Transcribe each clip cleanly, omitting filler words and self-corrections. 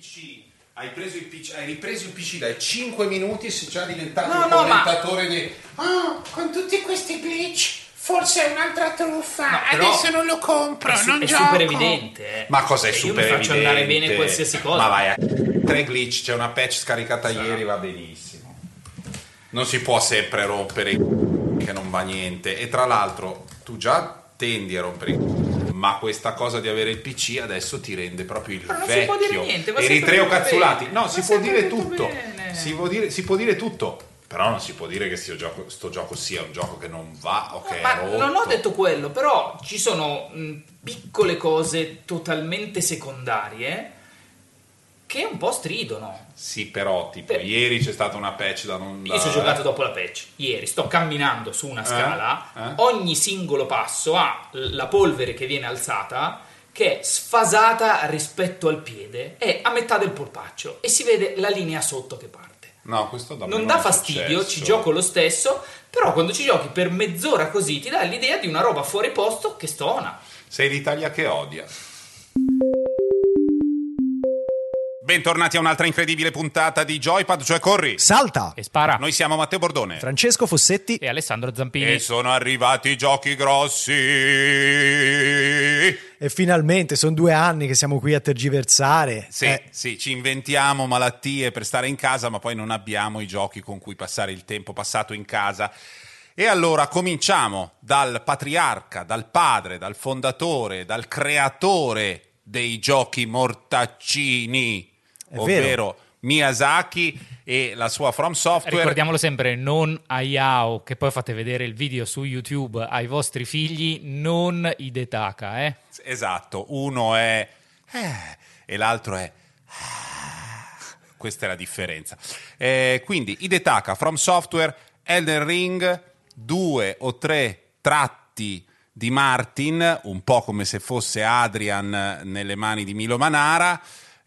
PC, hai ripreso il PC dai 5 minuti e sei già diventato un commentatore di con tutti questi glitch forse è un'altra truffa, adesso non lo compro, non gioco. È super evidente. Ma cosa è super evidente? Io mi faccio andare bene qualsiasi cosa. Ma vai, 3 glitch, c'è una patch scaricata ieri, va benissimo. Non si può sempre rompere che non va niente. E tra l'altro tu già tendi a rompere ma questa cosa di avere il PC adesso ti rende proprio il vecchio. Si può dire niente, Eritreo cazzulati. No, si può dire tutto. Bene. Si può dire tutto. Però non si può dire che sto gioco sia un gioco che non va o che è rotto. Non ho detto quello, però ci sono piccole cose totalmente secondarie che un po' stridono. Sì, però tipo ieri c'è stata una patch da non... Io ci ho giocato dopo la patch. Ieri sto camminando su una scala, ogni singolo passo ha la polvere che viene alzata che è sfasata rispetto al piede, è a metà del polpaccio e si vede la linea sotto che parte. No, questo non dà fastidio, ci gioco lo stesso, però quando ci giochi per mezz'ora così ti dà l'idea di una roba fuori posto che stona. Sei l'Italia che odia. Bentornati a un'altra incredibile puntata di Joypad, cioè corri, salta e spara. Noi siamo Matteo Bordone, Francesco Fossetti e Alessandro Zampini. E sono arrivati i giochi grossi. E finalmente sono 2 anni che siamo qui a tergiversare. Sì, ci inventiamo malattie per stare in casa, ma poi non abbiamo i giochi con cui passare il tempo passato in casa. E allora cominciamo dal patriarca, dal padre, dal fondatore, dal creatore dei giochi mortaccini, ovvero Miyazaki e la sua From Software. Ricordiamolo sempre, non Hayao, che poi fate vedere il video su YouTube ai vostri figli, non Hidetaka, Esatto, uno è e l'altro è questa è la differenza. Quindi Hidetaka, From Software, Elden Ring, 2 o 3 tratti di Martin, un po' come se fosse Adrian nelle mani di Milo Manara.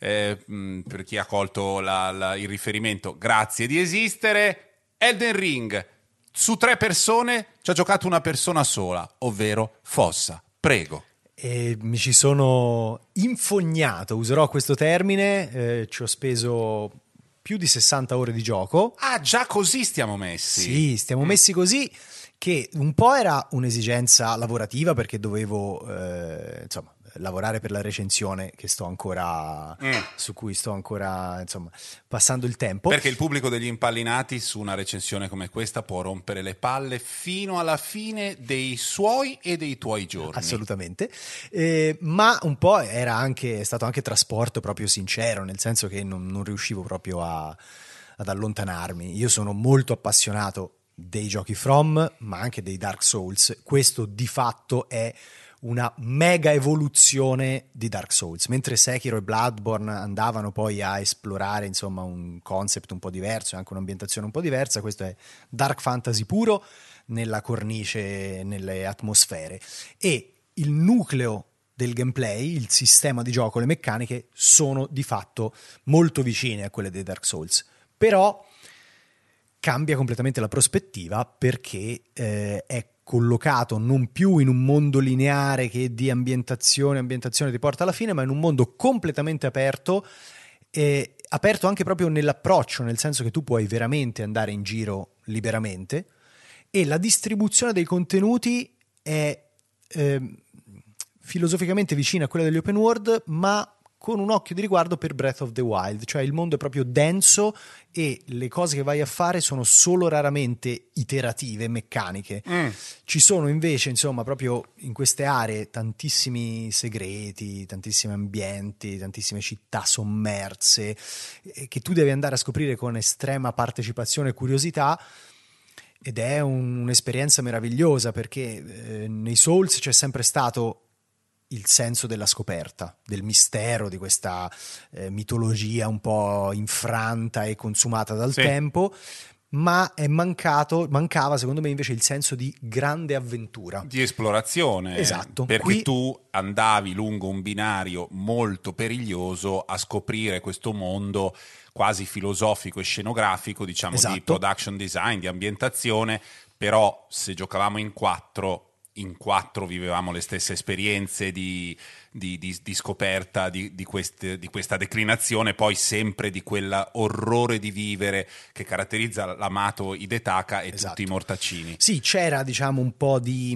Per chi ha colto il riferimento, grazie di esistere. Elden Ring, su 3 persone ci ha giocato una persona sola, ovvero Fossa. Prego. E mi ci sono infognato, userò questo termine, ci ho speso più di 60 ore di gioco. Ah, già così stiamo messi? Sì, stiamo messi così, che un po' era un'esigenza lavorativa perché dovevo lavorare per la recensione che sto ancora su cui sto ancora passando il tempo, perché il pubblico degli impallinati su una recensione come questa può rompere le palle fino alla fine dei suoi e dei tuoi giorni. Assolutamente, ma un po' è stato anche trasporto proprio sincero, nel senso che non riuscivo proprio ad allontanarmi. Io sono molto appassionato dei giochi From, ma anche dei Dark Souls. Questo di fatto è una mega evoluzione di Dark Souls, mentre Sekiro e Bloodborne andavano poi a esplorare un concept un po' diverso e anche un'ambientazione un po' diversa. Questo è Dark Fantasy puro nella cornice, nelle atmosfere, e il nucleo del gameplay, il sistema di gioco, le meccaniche sono di fatto molto vicine a quelle dei Dark Souls, però cambia completamente la prospettiva perché è collocato non più in un mondo lineare che di ambientazione ti porta alla fine, ma in un mondo completamente aperto, aperto anche proprio nell'approccio, nel senso che tu puoi veramente andare in giro liberamente, e la distribuzione dei contenuti è filosoficamente vicina a quella degli open world, ma con un occhio di riguardo per Breath of the Wild, cioè il mondo è proprio denso e le cose che vai a fare sono solo raramente iterative, meccaniche. Ci sono invece, proprio in queste aree tantissimi segreti, tantissimi ambienti, tantissime città sommerse che tu devi andare a scoprire con estrema partecipazione e curiosità. Ed è un'esperienza meravigliosa perché nei Souls c'è sempre stato il senso della scoperta, del mistero, di questa mitologia un po' infranta e consumata dal tempo, ma mancava secondo me invece il senso di grande avventura, di esplorazione. Esatto. Perché tu andavi lungo un binario molto periglioso a scoprire questo mondo quasi filosofico e scenografico, di production design, di ambientazione. Però se giocavamo in 4 in 4 vivevamo le stesse esperienze di scoperta di questa declinazione, poi sempre di quell'orrore di vivere che caratterizza l'amato Hidetaka e tutti i mortaccini. Sì, c'era diciamo un po' di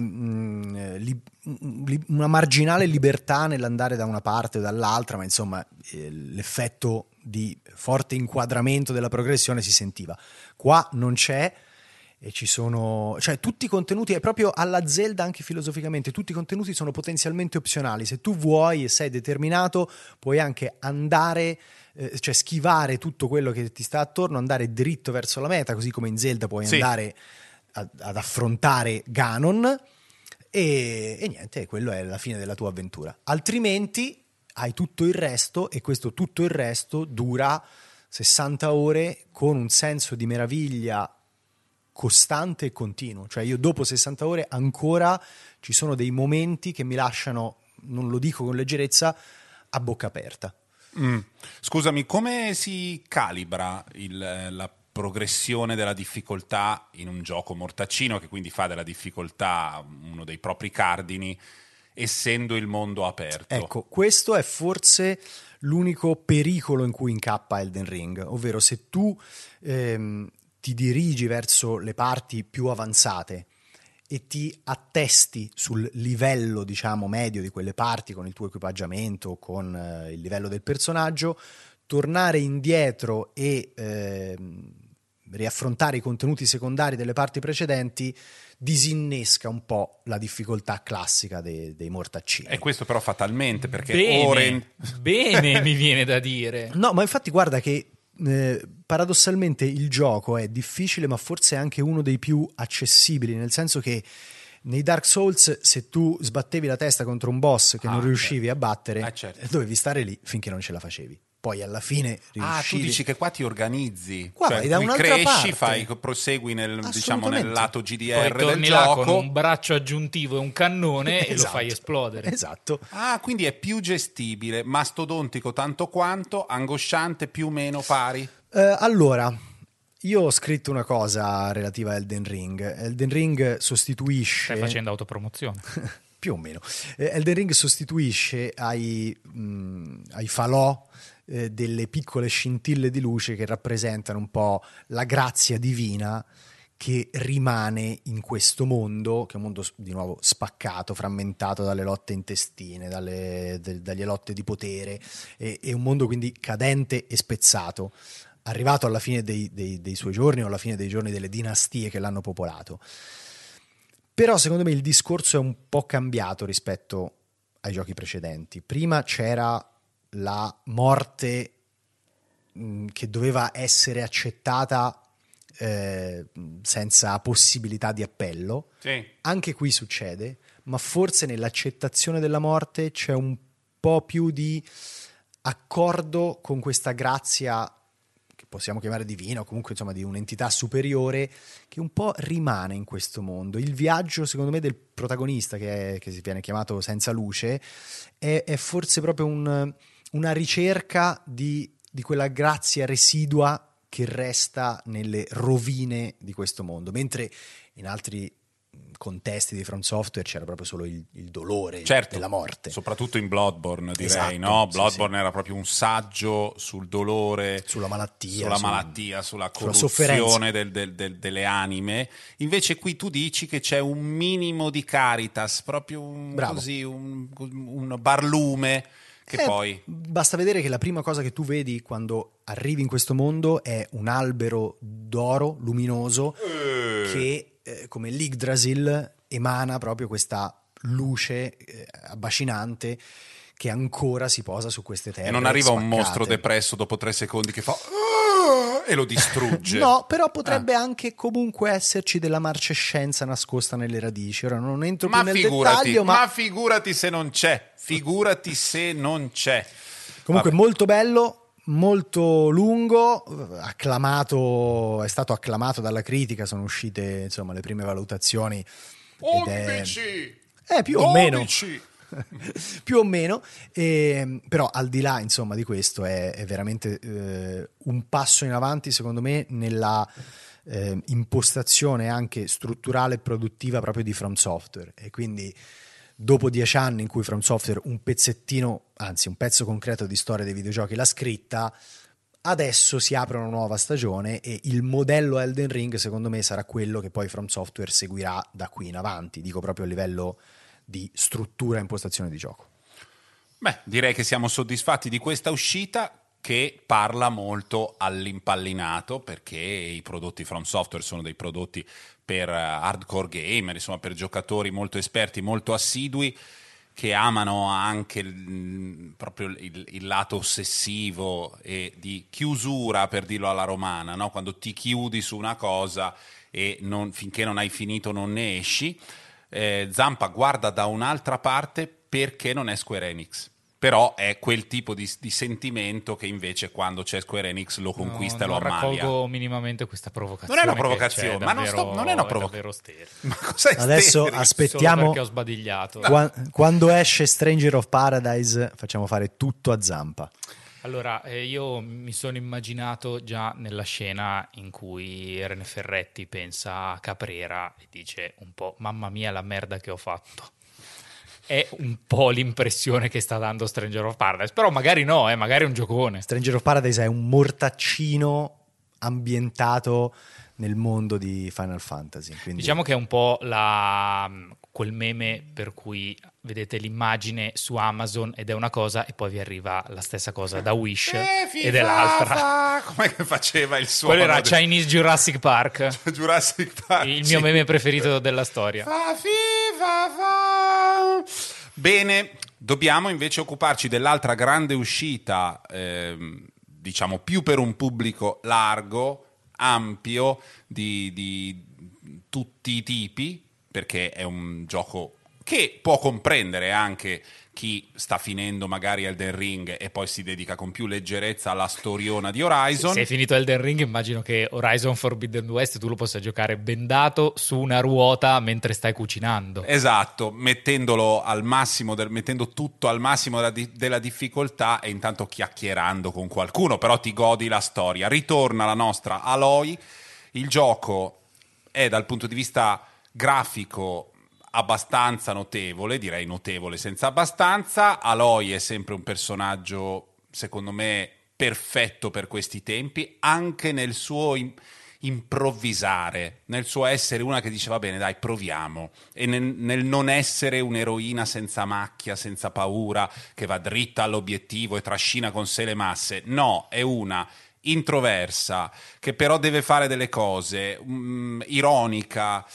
una marginale libertà nell'andare da una parte o dall'altra, ma insomma l'effetto di forte inquadramento della progressione si sentiva. Qua non c'è. E ci sono, cioè tutti i contenuti, è proprio alla Zelda anche filosoficamente, tutti i contenuti sono potenzialmente opzionali. Se tu vuoi e sei determinato, puoi anche andare, cioè schivare tutto quello che ti sta attorno, andare dritto verso la meta, così come in Zelda puoi andare ad affrontare Ganon e niente, quello è la fine della tua avventura. Altrimenti hai tutto il resto, e questo tutto il resto dura 60 ore con un senso di meraviglia costante e continuo. Cioè io dopo 60 ore ancora ci sono dei momenti che mi lasciano, non lo dico con leggerezza, a bocca aperta. Scusami, come si calibra la progressione della difficoltà in un gioco mortaccino, che quindi fa della difficoltà uno dei propri cardini, essendo il mondo aperto? Ecco, questo è forse l'unico pericolo in cui incappa Elden Ring, ovvero se tu ti dirigi verso le parti più avanzate e ti attesti sul livello, diciamo, medio di quelle parti con il tuo equipaggiamento, con il livello del personaggio, tornare indietro e riaffrontare i contenuti secondari delle parti precedenti disinnesca un po' la difficoltà classica dei mortaccini. E questo però fatalmente, perché bene mi viene da dire. No, ma infatti guarda che paradossalmente il gioco è difficile, ma forse è anche uno dei più accessibili, nel senso che nei Dark Souls, se tu sbattevi la testa contro un boss che non riuscivi a battere, dovevi stare lì finché non ce la facevi. Poi alla fine riuscivi. Tu dici che qua ti organizzi, qua cioè vai da qui un'altra cresci, parte. prosegui nel lato GDR poi torni del là gioco. con un braccio aggiuntivo e un cannone e lo fai esplodere. Esatto. Quindi è più gestibile, mastodontico tanto quanto, angosciante più o meno pari? Allora, io ho scritto una cosa relativa a Elden Ring. Elden Ring sostituisce... Stai facendo autopromozione. Più o meno. Elden Ring sostituisce ai falò delle piccole scintille di luce che rappresentano un po' la grazia divina che rimane in questo mondo, che è un mondo di nuovo spaccato, frammentato dalle lotte intestine, dalle lotte di potere, è un mondo quindi cadente e spezzato, arrivato alla fine dei suoi giorni o alla fine dei giorni delle dinastie che l'hanno popolato. Però secondo me il discorso è un po' cambiato rispetto ai giochi precedenti. Prima c'era la morte che doveva essere accettata senza possibilità di appello. Sì. Anche qui succede, ma forse nell'accettazione della morte c'è un po' più di accordo con questa grazia che possiamo chiamare divina, o comunque insomma di un'entità superiore che un po' rimane in questo mondo. Il viaggio, secondo me, del protagonista, che si viene chiamato senza luce, è forse proprio una ricerca di quella grazia residua che resta nelle rovine di questo mondo, mentre in altri contesti di From Software c'era proprio solo il dolore della morte. Soprattutto in Bloodborne, direi, esatto, no? Bloodborne era proprio un saggio sul dolore, sulla malattia, sulla corruzione delle anime. Invece qui tu dici che c'è un minimo di caritas, proprio un barlume. Che poi basta vedere che la prima cosa che tu vedi quando arrivi in questo mondo è un albero d'oro luminoso che come l'Yggdrasil emana proprio questa luce abbacinante che ancora si posa su queste terre. E non arriva spaccate. Un mostro depresso dopo 3 secondi che fa e lo distrugge. No, però potrebbe anche comunque esserci della marcescenza nascosta nelle radici. Ora non entro più nel dettaglio, ma figurati se non c'è. Figurati se non c'è. Comunque molto bello, molto lungo, acclamato, è stato acclamato dalla critica, sono uscite insomma le prime valutazioni. 11! Più o meno. più o meno, però al di là insomma di questo è veramente un passo in avanti secondo me nella impostazione anche strutturale e produttiva proprio di From Software, e quindi dopo 10 anni in cui From Software un pezzettino, anzi un pezzo concreto di storia dei videogiochi l'ha scritta, adesso si apre una nuova stagione e il modello Elden Ring secondo me sarà quello che poi From Software seguirà da qui in avanti, dico proprio a livello di struttura e impostazione di gioco. Beh, direi che siamo soddisfatti di questa uscita, che parla molto all'impallinato, perché i prodotti From Software sono dei prodotti per hardcore gamer, insomma per giocatori molto esperti, molto assidui, che amano anche proprio il lato ossessivo e di chiusura, per dirlo alla romana, no? Quando ti chiudi su una cosa e finché non hai finito non ne esci. Zampa guarda da un'altra parte perché non è Square Enix, però è quel tipo di sentimento che invece quando c'è Square Enix lo conquista e lo ammalia. Non raccolgo minimamente questa provocazione. Non è una provocazione, ma non è una provocazione. Ma cos'è adesso stereo? aspettiamo, solo perché ho sbadigliato. Quando esce Stranger of Paradise facciamo fare tutto a Zampa. Allora, io mi sono immaginato già nella scena in cui Rene Ferretti pensa a Caprera e dice un po' mamma mia la merda che ho fatto. È un po' l'impressione che sta dando Stranger of Paradise, però magari no, magari è un giocone. Stranger of Paradise è un mortaccino ambientato nel mondo di Final Fantasy, quindi... Diciamo che è un po' quel meme per cui vedete l'immagine su Amazon ed è una cosa e poi vi arriva la stessa cosa da Wish ed è l'altra. Com'è che faceva il suono? Quello era Chinese Jurassic Park. Jurassic Park, il mio meme preferito della storia. Bene, dobbiamo invece occuparci dell'altra grande uscita, diciamo più per un pubblico largo, ampio, di tutti i tipi, perché è un gioco che può comprendere anche chi sta finendo magari Elden Ring e poi si dedica con più leggerezza alla storiona di Horizon. Se hai finito Elden Ring, immagino che Horizon Forbidden West tu lo possa giocare bendato su una ruota mentre stai cucinando. Esatto, mettendolo al massimo mettendo tutto al massimo della difficoltà e intanto chiacchierando con qualcuno, però ti godi la storia. Ritorna la nostra Aloy. Il gioco è dal punto di vista grafico abbastanza notevole, direi notevole senza abbastanza. Aloy è sempre un personaggio, secondo me, perfetto per questi tempi, anche nel suo improvvisare, nel suo essere una che dice va bene dai proviamo, e nel non essere un'eroina senza macchia, senza paura, che va dritta all'obiettivo e trascina con sé le masse. No, è una introversa, che però deve fare delle cose, ironica,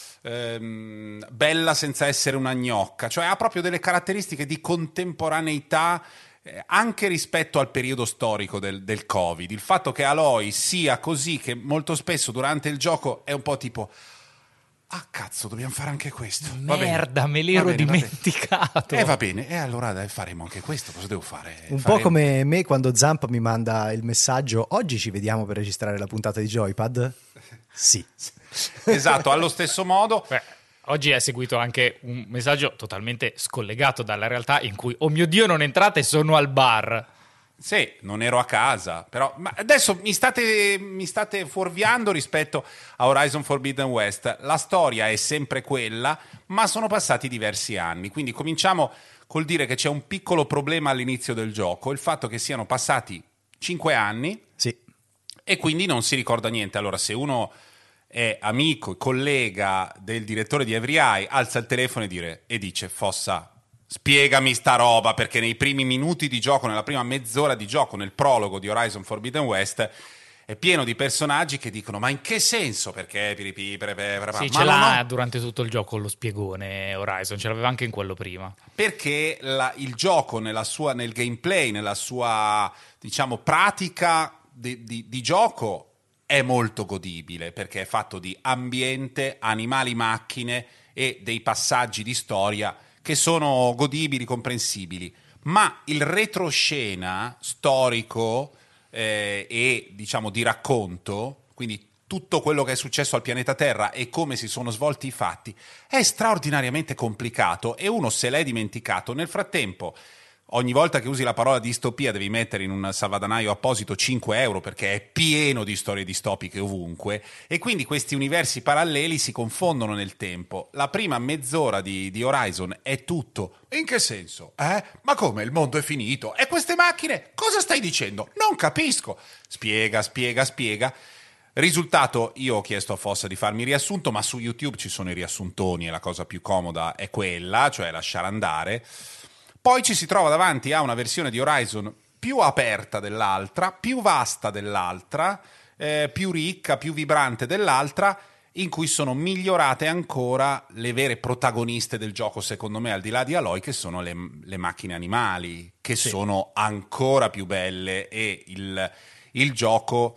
bella senza essere una gnocca, cioè ha proprio delle caratteristiche di contemporaneità anche rispetto al periodo storico del Covid. Il fatto che Aloy sia così, che molto spesso durante il gioco è un po' tipo ah cazzo, dobbiamo fare anche questo. Merda, me l'ero dimenticato. Va bene, e allora dai, faremo anche questo. Cosa devo fare? Po' come me quando Zampa mi manda il messaggio oggi ci vediamo per registrare la puntata di Joypad? Sì. Esatto, allo stesso modo. Beh, oggi è seguito anche un messaggio totalmente scollegato dalla realtà in cui oh mio Dio non entrate, sono al bar. Sì, non ero a casa, però ma adesso mi state fuorviando rispetto a Horizon Forbidden West. La storia è sempre quella, ma sono passati diversi anni, quindi cominciamo col dire che c'è un piccolo problema all'inizio del gioco, il fatto che siano passati 5 anni sì. E quindi non si ricorda niente. Allora, se uno è amico e collega del direttore di Every Eye, alza il telefono e dice Fossa, spiegami sta roba, perché nei primi minuti di gioco, nella prima mezz'ora di gioco, nel prologo di Horizon Forbidden West è pieno di personaggi che dicono ma in che senso? Perché sì, ce l'ha durante tutto il gioco lo spiegone Horizon, ce l'aveva anche in quello prima. Perché il gioco nel gameplay, nella sua diciamo pratica di gioco è molto godibile, perché è fatto di ambiente, animali, macchine e dei passaggi di storia che sono godibili, comprensibili, ma il retroscena storico e diciamo di racconto, quindi tutto quello che è successo al pianeta Terra e come si sono svolti i fatti, è straordinariamente complicato e uno se l'è dimenticato. Nel frattempo, ogni volta che usi la parola distopia devi mettere in un salvadanaio apposito 5 euro perché è pieno di storie distopiche ovunque e quindi questi universi paralleli si confondono nel tempo. La prima mezz'ora di Horizon è tutto. In che senso? Ma come? Il mondo è finito? E queste macchine? Cosa stai dicendo? Non capisco. Spiega. Risultato, io ho chiesto a Fossa di farmi riassunto, ma su YouTube ci sono i riassuntoni e la cosa più comoda è quella, cioè lasciare andare. Poi ci si trova davanti a una versione di Horizon più aperta dell'altra, più vasta dell'altra, più ricca, più vibrante dell'altra, in cui sono migliorate ancora le vere protagoniste del gioco, secondo me, al di là di Aloy, che sono le macchine animali, che sono ancora più belle e il gioco...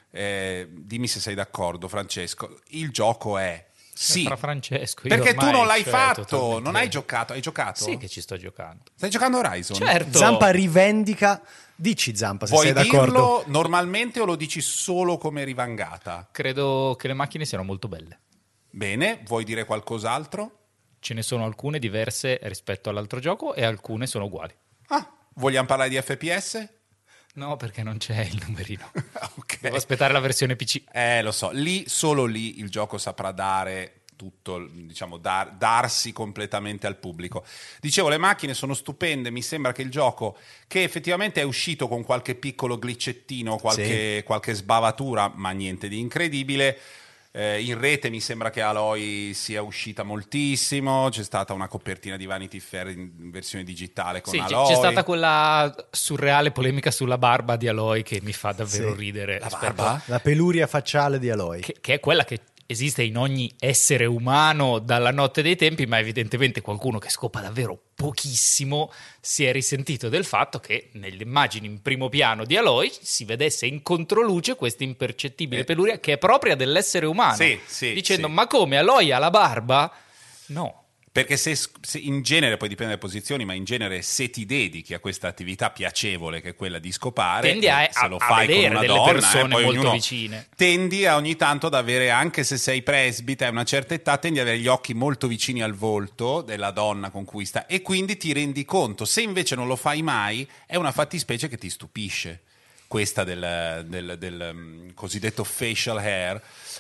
dimmi se sei d'accordo, Francesco. Il gioco è fra Francesco, io perché tu non l'hai totalmente. fatto, non hai giocato. Hai giocato? Sì che ci sto giocando. Stai giocando Horizon? Certo. Zampa rivendica. Dici Zampa se Vuoi sei d'accordo. dirlo normalmente o lo dici solo come rivangata? Credo che le macchine siano molto belle. Bene, vuoi dire qualcos'altro? Ce ne sono alcune diverse rispetto all'altro gioco e alcune sono uguali. Vogliamo parlare di FPS? No, perché non c'è il numerino. Ok. Devo aspettare la versione PC. Lo so, solo lì il gioco saprà dare tutto, diciamo, darsi completamente al pubblico. Dicevo, le macchine sono stupende, mi sembra che il gioco, che effettivamente è uscito con qualche piccolo glitchettino, qualche sbavatura, ma niente di incredibile. In rete mi sembra che Aloy sia uscita moltissimo, c'è stata una copertina di Vanity Fair in versione digitale con Aloy. C'è stata quella surreale polemica sulla barba di Aloy che mi fa davvero ridere. La barba? La peluria facciale di Aloy. Che è quella che esiste in ogni essere umano dalla notte dei tempi, ma evidentemente qualcuno che scopa davvero pochissimo si è risentito del fatto che nelle immagini in primo piano di Aloy si vedesse in controluce questa impercettibile peluria che è propria dell'essere umano, dicendo ma come Aloy ha la barba? No. Perché se in genere, poi dipende dalle posizioni, ma in genere se ti dedichi a questa attività piacevole che è quella di scopare, tendi se lo fai vedere con una delle donna, persone poi molto vicine. Tendi a ogni tanto ad avere, anche se sei presbite a una certa età, tendi ad avere gli occhi molto vicini al volto della donna con cui sta e quindi ti rendi conto. Se invece non lo fai mai, è una fattispecie che ti stupisce, questa del cosiddetto facial hair.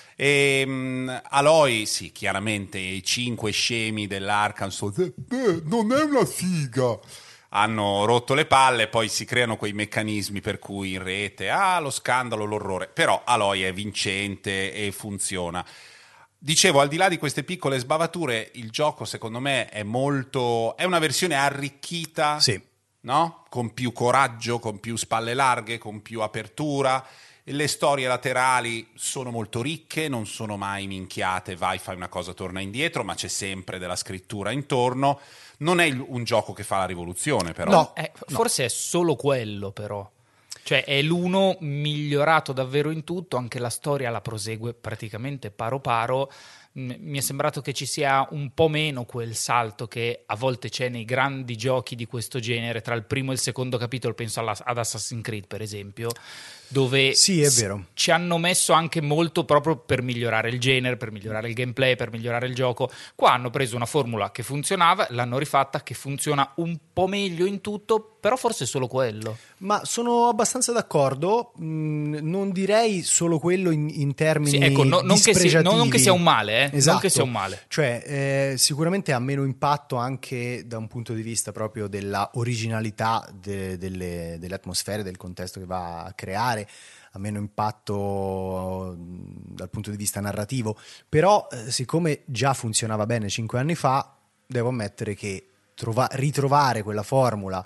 E Aloy, sì, chiaramente i 5 scemi dell'Arkansas non è una figa, hanno rotto le palle, poi si creano quei meccanismi per cui in rete lo scandalo, l'orrore, però Aloy è vincente e funziona. Dicevo, al di là di queste piccole sbavature, il gioco secondo me è una versione arricchita, no? Con più coraggio, con più spalle larghe, con più apertura. Le storie laterali sono molto ricche, non sono mai minchiate, vai, fai una cosa, torna indietro, ma c'è sempre della scrittura intorno. Non è un gioco che fa la rivoluzione, però. No, forse è solo quello, però. Cioè è l'uno migliorato davvero in tutto, anche la storia la prosegue praticamente paro paro. Mi è sembrato che ci sia un po' meno quel salto che a volte c'è nei grandi giochi di questo genere, tra il primo e il secondo capitolo, penso ad Assassin's Creed per esempio, dove sì, è vero. ci hanno messo anche molto proprio per migliorare il genere, per migliorare il gameplay, per migliorare il gioco. Qua hanno preso una formula che funzionava, l'hanno rifatta, che funziona un po' meglio in tutto, però forse è solo quello. Ma sono abbastanza d'accordo, non direi solo quello in termini non che sia un male, Esatto. Non che sia un male. Cioè, sicuramente ha meno impatto anche da un punto di vista proprio della originalità delle atmosfere, del contesto che va a creare, ha meno impatto dal punto di vista narrativo, però siccome già funzionava bene 5 anni fa, devo ammettere che ritrovare quella formula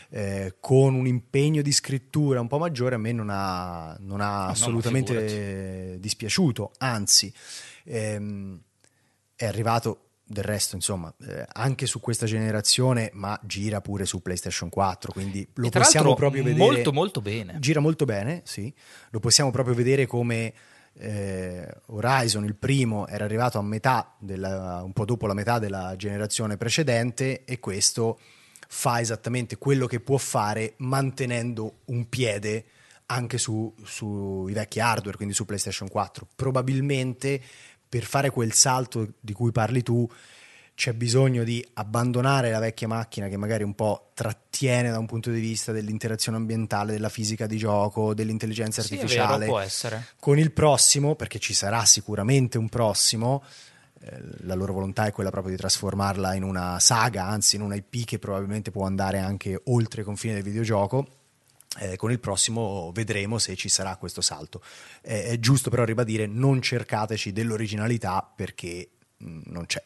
con un impegno di scrittura un po' maggiore a me non ha assolutamente dispiaciuto, anzi è arrivato del resto, insomma, anche su questa generazione, ma gira pure su PlayStation 4, quindi lo possiamo proprio vedere molto molto bene. Gira molto bene, sì. Lo possiamo proprio vedere come Horizon, il primo, era arrivato a metà un po' dopo la metà della generazione precedente, e questo fa esattamente quello che può fare mantenendo un piede anche sui vecchi hardware, quindi su PlayStation 4. Probabilmente per fare quel salto di cui parli tu c'è bisogno di abbandonare la vecchia macchina che magari un po' trattiene da un punto di vista dell'interazione ambientale, della fisica di gioco, dell'intelligenza artificiale. È vero, può essere. Con il prossimo, perché ci sarà sicuramente un prossimo, la loro volontà è quella proprio di trasformarla in una saga, anzi in una IP che probabilmente può andare anche oltre i confini del videogioco. Con il prossimo vedremo se ci sarà questo salto. È giusto però ribadire, non cercateci dell'originalità perché non c'è.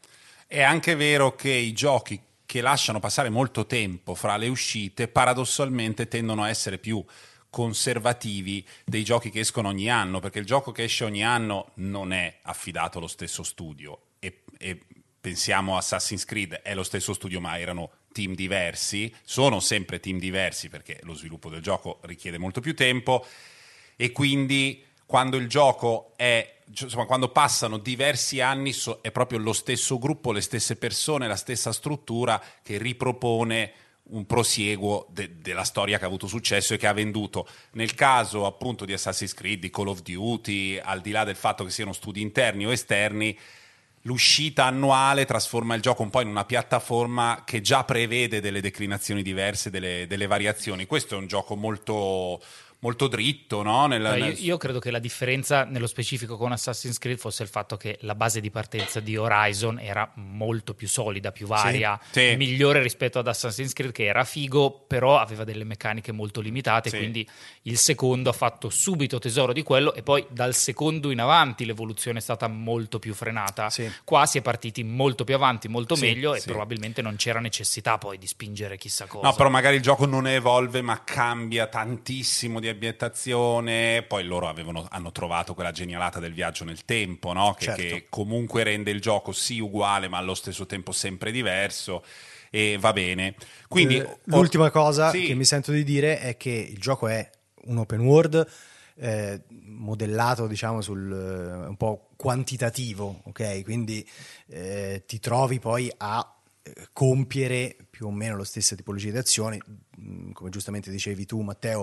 È anche vero che i giochi che lasciano passare molto tempo fra le uscite paradossalmente tendono a essere più conservativi dei giochi che escono ogni anno, perché il gioco che esce ogni anno non è affidato allo stesso studio e pensiamo a Assassin's Creed, è lo stesso studio ma erano team diversi, sono sempre team diversi perché lo sviluppo del gioco richiede molto più tempo e quindi quando il gioco è, insomma, quando passano diversi anni è proprio lo stesso gruppo, le stesse persone, la stessa struttura che ripropone un prosieguo della storia che ha avuto successo e che ha venduto. Nel caso appunto di Assassin's Creed, di Call of Duty, al di là del fatto che siano studi interni o esterni, l'uscita annuale trasforma il gioco un po' in una piattaforma che già prevede delle declinazioni diverse, delle variazioni. Questo è un gioco molto dritto, no? Io credo che la differenza nello specifico con Assassin's Creed fosse il fatto che la base di partenza di Horizon era molto più solida, più varia, sì. migliore rispetto ad Assassin's Creed che era figo, però aveva delle meccaniche molto limitate, sì. Quindi il secondo ha fatto subito tesoro di quello e poi dal secondo in avanti l'evoluzione è stata molto più frenata. Sì. Qua si è partiti molto più avanti, molto sì, meglio e sì. probabilmente non c'era necessità poi di spingere chissà cosa. No, però magari il gioco non evolve ma cambia tantissimo di ambientazione, poi loro hanno trovato quella genialata del viaggio nel tempo, no? Che comunque rende il gioco sì uguale ma allo stesso tempo sempre diverso e va bene. Quindi l'ultima cosa sì. che mi sento di dire è che il gioco è un open world modellato diciamo sul un po' quantitativo, ok? Quindi ti trovi poi a compiere più o meno la stessa tipologia di azioni, come giustamente dicevi tu Matteo.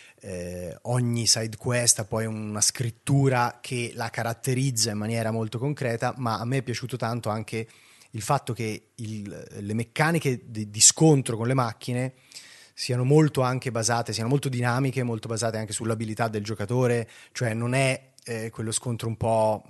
Ogni side quest ha poi una scrittura che la caratterizza in maniera molto concreta, ma a me è piaciuto tanto anche il fatto che le meccaniche di scontro con le macchine siano molto anche basate, siano molto dinamiche, molto basate anche sull'abilità del giocatore, cioè non è quello scontro un po'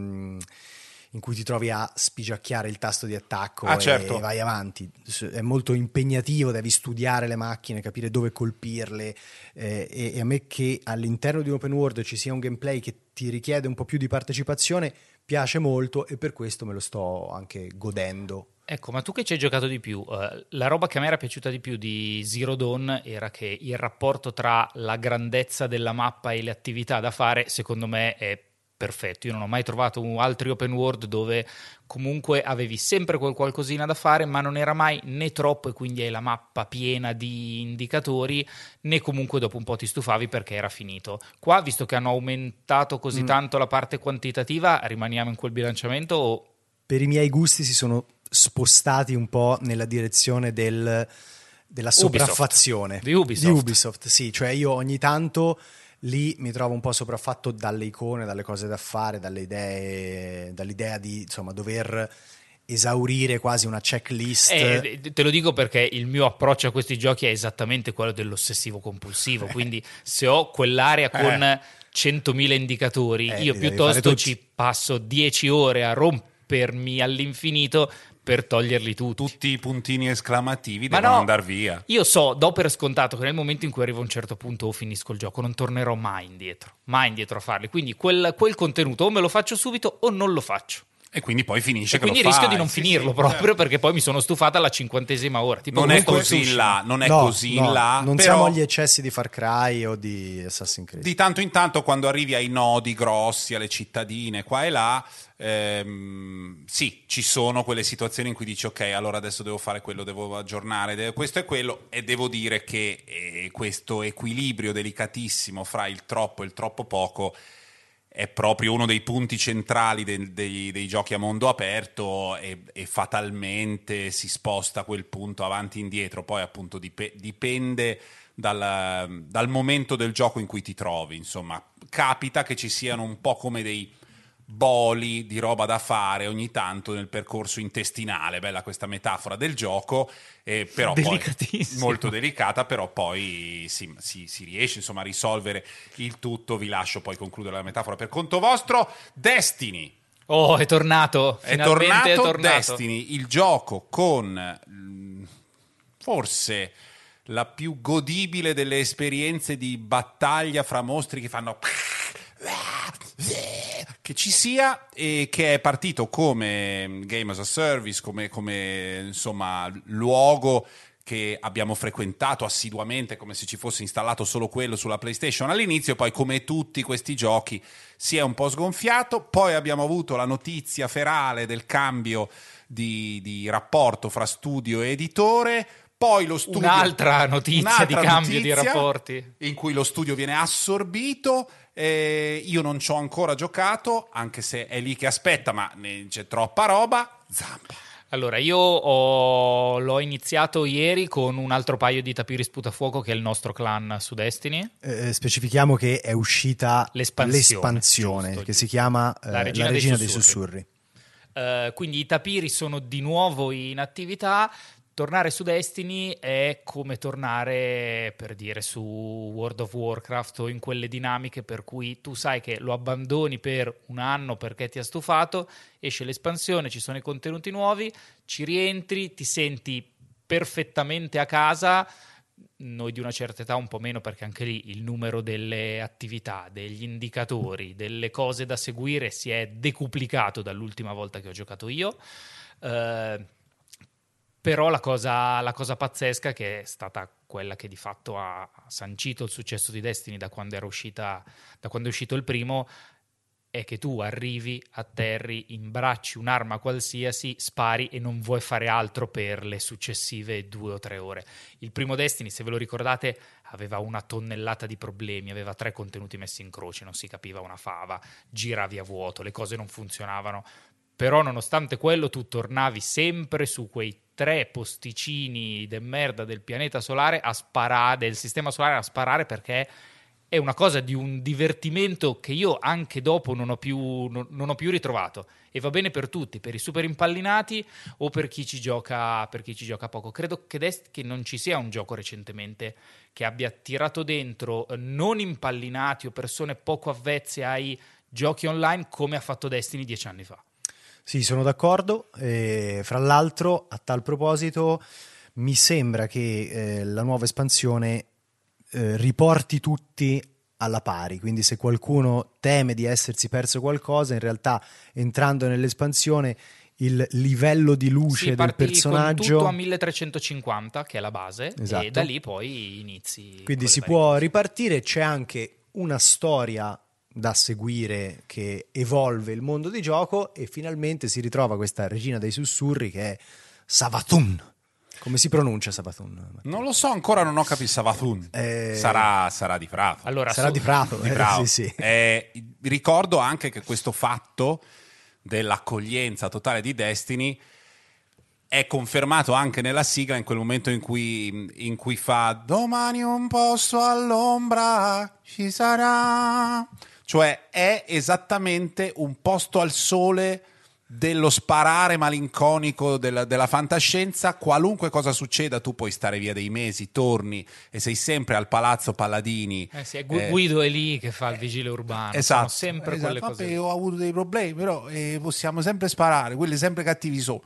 in cui ti trovi a spigiacchiare il tasto di attacco certo. e vai avanti. È molto impegnativo, devi studiare le macchine, capire dove colpirle e a me che all'interno di un open world ci sia un gameplay che ti richiede un po' più di partecipazione piace molto e per questo me lo sto anche godendo. Ecco, ma tu che ci hai giocato di più, la roba che a me era piaciuta di più di Zero Dawn era che il rapporto tra la grandezza della mappa e le attività da fare secondo me è perfetto. Io non ho mai trovato altri open world dove comunque avevi sempre quel qualcosina da fare, ma non era mai né troppo e quindi hai la mappa piena di indicatori, né comunque dopo un po' ti stufavi perché era finito. Qua, visto che hanno aumentato così tanto la parte quantitativa, rimaniamo in quel bilanciamento o... Per i miei gusti si sono spostati un po' nella direzione della sopraffazione di Ubisoft. Sì, cioè io ogni tanto lì mi trovo un po' sopraffatto dalle icone, dalle cose da fare, dall'idea di insomma dover esaurire quasi una checklist. Te lo dico perché il mio approccio a questi giochi è esattamente quello dell'ossessivo compulsivo, quindi se ho quell'area con 100.000 indicatori, io piuttosto ci passo 10 ore a rompermi all'infinito per toglierli tutti i puntini esclamativi devono andare via. Io do per scontato che nel momento in cui arrivo a un certo punto o finisco il gioco non tornerò mai indietro a farli, quindi quel contenuto o me lo faccio subito o non lo faccio. E quindi poi finisce e quindi rischio di non finirlo proprio perché poi mi sono stufato alla 50ª ora. Tipo non è così in là, non però siamo agli eccessi di Far Cry o di Assassin's Creed. Di tanto in tanto quando arrivi ai nodi grossi, alle cittadine qua e là, sì, ci sono quelle situazioni in cui dici ok, allora adesso devo fare quello, devo aggiornare, questo e quello, e devo dire che questo equilibrio delicatissimo fra il troppo e il troppo poco è proprio uno dei punti centrali dei giochi a mondo aperto e fatalmente si sposta quel punto avanti e indietro. Poi appunto dipende dal momento del gioco in cui ti trovi. Insomma, capita che ci siano un po' come dei boli di roba da fare ogni tanto nel percorso intestinale. Bella questa metafora del gioco, però poi molto delicata, però poi si riesce insomma a risolvere il tutto. Vi lascio poi concludere la metafora per conto vostro. Destiny. Oh, è tornato! Finalmente è tornato Destiny, il gioco con forse la più godibile delle esperienze di battaglia fra mostri che fanno che ci sia, e che è partito come game as a service, come insomma luogo che abbiamo frequentato assiduamente come se ci fosse installato solo quello sulla PlayStation all'inizio, e poi come tutti questi giochi si è un po' sgonfiato. Poi abbiamo avuto la notizia ferale del cambio di rapporto fra studio e editore. Poi lo studio, un'altra cambio di rapporti in cui lo studio viene assorbito. Io non ci ho ancora giocato, anche se è lì che aspetta, ma c'è troppa roba. Zampa. Allora, io l'ho iniziato ieri con un altro paio di tapiri sputafuoco che è il nostro clan su Destiny. Specifichiamo che è uscita l'espansione giusto. Si chiama La Regina dei Sussurri. Quindi i tapiri sono di nuovo in attività. Tornare su Destiny è come tornare, per dire, su World of Warcraft o in quelle dinamiche per cui tu sai che lo abbandoni per un anno perché ti ha stufato, esce l'espansione, ci sono i contenuti nuovi, ci rientri, ti senti perfettamente a casa. Noi di una certa età un po' meno, perché anche lì il numero delle attività, degli indicatori, delle cose da seguire si è decuplicato dall'ultima volta che ho giocato io. Però la cosa pazzesca, che è stata quella che di fatto ha sancito il successo di Destiny da quando è uscito il primo, è che tu arrivi, atterri, imbracci un'arma qualsiasi, spari e non vuoi fare altro per le successive 2 o 3 ore. Il primo Destiny, se ve lo ricordate, aveva una tonnellata di problemi, aveva 3 contenuti messi in croce, non si capiva una fava, giravi a vuoto, le cose non funzionavano. Però nonostante quello tu tornavi sempre su quei 3 posticini de merda del pianeta solare a sparare, del sistema solare a sparare, perché è una cosa di un divertimento che io anche dopo non ho più ritrovato, e va bene per tutti, per i super impallinati o per chi ci gioca poco. Credo che non ci sia un gioco recentemente che abbia tirato dentro non impallinati o persone poco avvezze ai giochi online come ha fatto Destiny 10 anni fa. Sì, sono d'accordo. Fra l'altro, a tal proposito, mi sembra che la nuova espansione riporti tutti alla pari, quindi se qualcuno teme di essersi perso qualcosa, in realtà entrando nell'espansione il livello di luce del personaggio con tutto a 1350, che è la base, esatto. E da lì poi inizi. Quindi si può ripartire. C'è anche una storia da seguire che evolve il mondo di gioco, e finalmente si ritrova questa Regina dei Sussurri che è Savathun. Come si pronuncia Savathun? Non lo so, ancora non ho capito. Savathun sarà di Prato. Allora, sarà di Prato, sì. Ricordo anche che questo fatto dell'accoglienza totale di Destiny è confermato anche nella sigla, in quel momento in cui fa domani un posto all'ombra ci sarà. Cioè è esattamente un posto al sole dello sparare malinconico della fantascienza. Qualunque cosa succeda, tu puoi stare via dei mesi, torni e sei sempre al Palazzo Palladini. Sì, Guido è lì che fa il vigile urbano. Esatto, sono sempre quelle cose. Vabbè, ho avuto dei problemi, però possiamo sempre sparare, quelli sempre cattivi sono.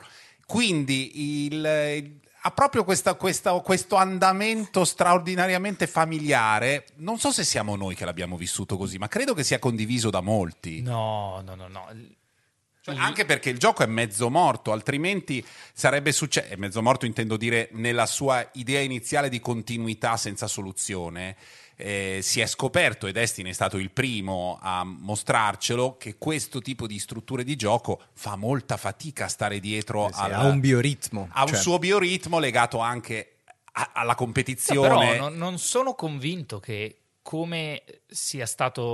Quindi ha proprio questo andamento straordinariamente familiare. Non so se siamo noi che l'abbiamo vissuto così, ma credo che sia condiviso da molti. No. Cioè, anche perché il gioco è mezzo morto, altrimenti sarebbe successo. È mezzo morto, intendo dire, nella sua idea iniziale di continuità senza soluzione. Si è scoperto, e Destiny è stato il primo a mostrarcelo, che questo tipo di strutture di gioco fa molta fatica a stare dietro a un bioritmo. Ha un suo bioritmo legato anche alla competizione. No, però non sono convinto che come sia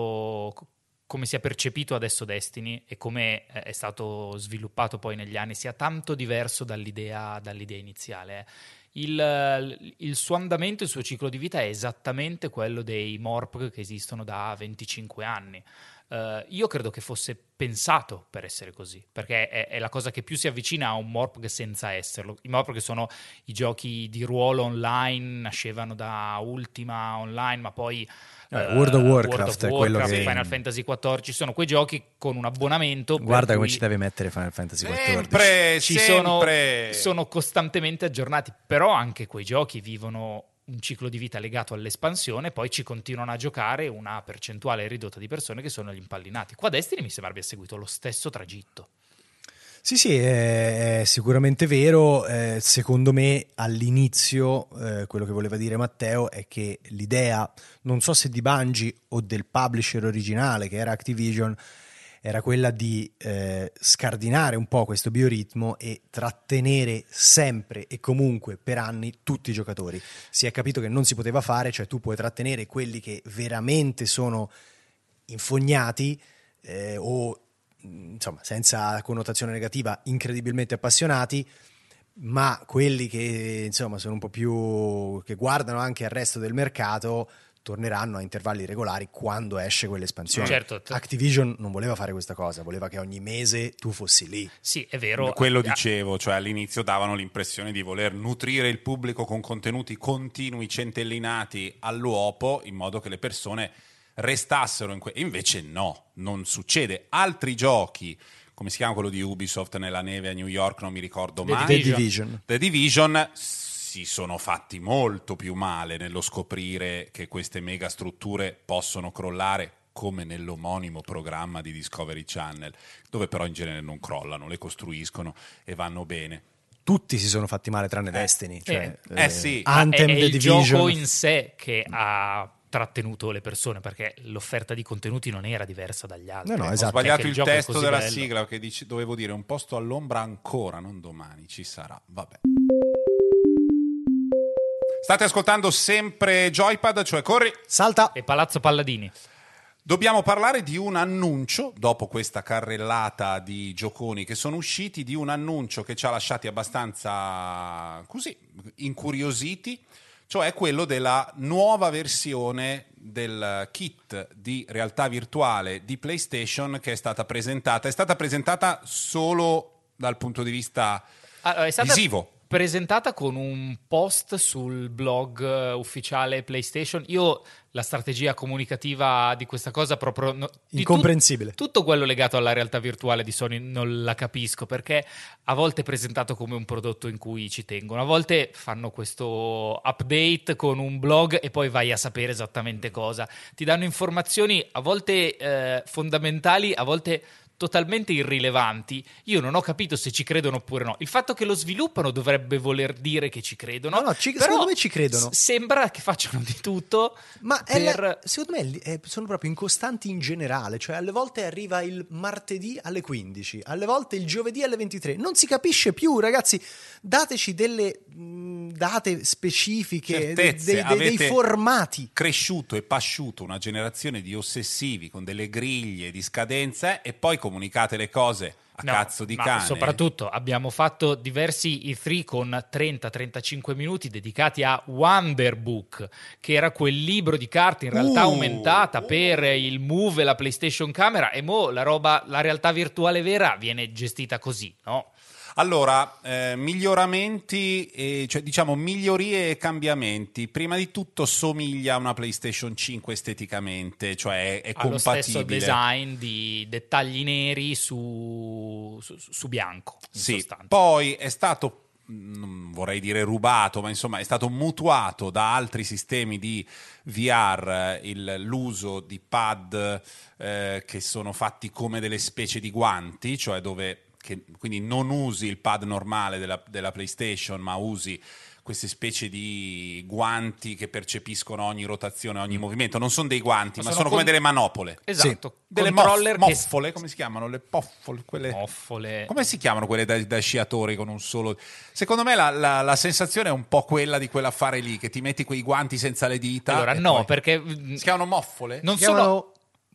percepito adesso Destiny e come è stato sviluppato poi negli anni sia tanto diverso dall'idea iniziale. il suo andamento, il suo ciclo di vita è esattamente quello dei Morpg che esistono da 25 anni. Io credo che fosse pensato per essere così, perché è la cosa che più si avvicina a un Morpg senza esserlo. I Morpg sono i giochi di ruolo online, nascevano da Ultima Online, ma poi World of Warcraft è quello che... Final Fantasy XIV, sono quei giochi con un abbonamento. Guarda come ci deve mettere Final Fantasy sempre. Sono costantemente aggiornati, però anche quei giochi vivono un ciclo di vita legato all'espansione, poi ci continuano a giocare una percentuale ridotta di persone che sono gli impallinati. Qua Destiny mi sembra abbia seguito lo stesso tragitto. Sì, è sicuramente vero. Secondo me all'inizio quello che voleva dire Matteo è che l'idea, non so se di Bungie o del publisher originale che era Activision, era quella di scardinare un po' questo bioritmo e trattenere sempre e comunque per anni tutti i giocatori. Si è capito che non si poteva fare, cioè tu puoi trattenere quelli che veramente sono infognati o insomma senza connotazione negativa incredibilmente appassionati, ma quelli che insomma sono un po' più, che guardano anche al resto del mercato, torneranno a intervalli regolari quando esce quell'espansione. Certo. Activision non voleva fare questa cosa, voleva che ogni mese tu fossi lì. Sì, è vero. Quello dicevo, cioè all'inizio davano l'impressione di voler nutrire il pubblico con contenuti continui, centellinati all'uopo, in modo che le persone restassero invece no, non succede. Altri giochi, come si chiama quello di Ubisoft nella neve a New York, non mi ricordo mai, The Division, si sono fatti molto più male nello scoprire che queste mega strutture possono crollare, come nell'omonimo programma di Discovery Channel, dove però in genere non crollano, le costruiscono e vanno bene. Tutti si sono fatti male tranne Destiny, sì. Anthem, è The il Division. gioco in sé che ha trattenuto le persone, perché l'offerta di contenuti non era diversa dagli altri. No, Ho esatto. sbagliato il testo della bello. sigla, che dovevo dire un posto all'ombra ancora, non domani, ci sarà, vabbè. State ascoltando sempre Joypad, cioè corri, Salta. E Palazzo Palladini. Dobbiamo parlare di un annuncio, dopo questa carrellata di gioconi che sono usciti, di un annuncio che ci ha lasciati abbastanza così incuriositi, cioè quello della nuova versione del kit di realtà virtuale di PlayStation che è stata presentata. È stata presentata solo dal punto di vista È stata visivo. presentata con un post sul blog ufficiale PlayStation. Io la strategia comunicativa di questa cosa proprio Incomprensibile. Tutto quello legato alla realtà virtuale di Sony non la capisco, perché a volte è presentato come un prodotto in cui ci tengono, a volte fanno questo update con un blog e poi vai a sapere esattamente cosa. Ti danno informazioni a volte fondamentali, a volte totalmente irrilevanti. Io non ho capito se ci credono oppure no. Il fatto che lo sviluppano dovrebbe voler dire che ci credono. No, secondo me ci credono. Sembra che facciano di tutto. Ma secondo me sono proprio incostanti in generale. Cioè alle volte arriva il martedì alle 15, alle volte il giovedì alle 23. Non si capisce più, ragazzi. Dateci delle date specifiche, dei formati. Cresciuto e pasciuto una generazione di ossessivi con delle griglie di scadenza e poi comunicate le cose a cazzo di cane. Soprattutto abbiamo fatto diversi E3 con 30-35 minuti dedicati a Wonderbook, che era quel libro di carte in realtà aumentata per il Move e la PlayStation Camera, e mo la realtà virtuale vera viene gestita così, no? Allora, miglioramenti, cioè diciamo migliorie e cambiamenti. Prima di tutto somiglia a una PlayStation 5 esteticamente, cioè è ha lo compatibile. stesso design di dettagli neri su bianco, in sì, sostanza. Poi è stato, non vorrei dire rubato, ma insomma è stato mutuato da altri sistemi di VR l'uso di pad che sono fatti come delle specie di guanti, cioè quindi non usi il pad normale della PlayStation, ma usi queste specie di guanti che percepiscono ogni rotazione, ogni movimento. Non sono dei guanti, ma sono come delle manopole. Esatto. Sì. Delle moffole, come si chiamano? Le poffole, quelle... Moffole. Come si chiamano quelle da sciatori con un solo... Secondo me la sensazione è un po' quella di quell'affare lì, che ti metti quei guanti senza le dita. Allora, poi... perché... Si chiamano moffole? Non si chiamano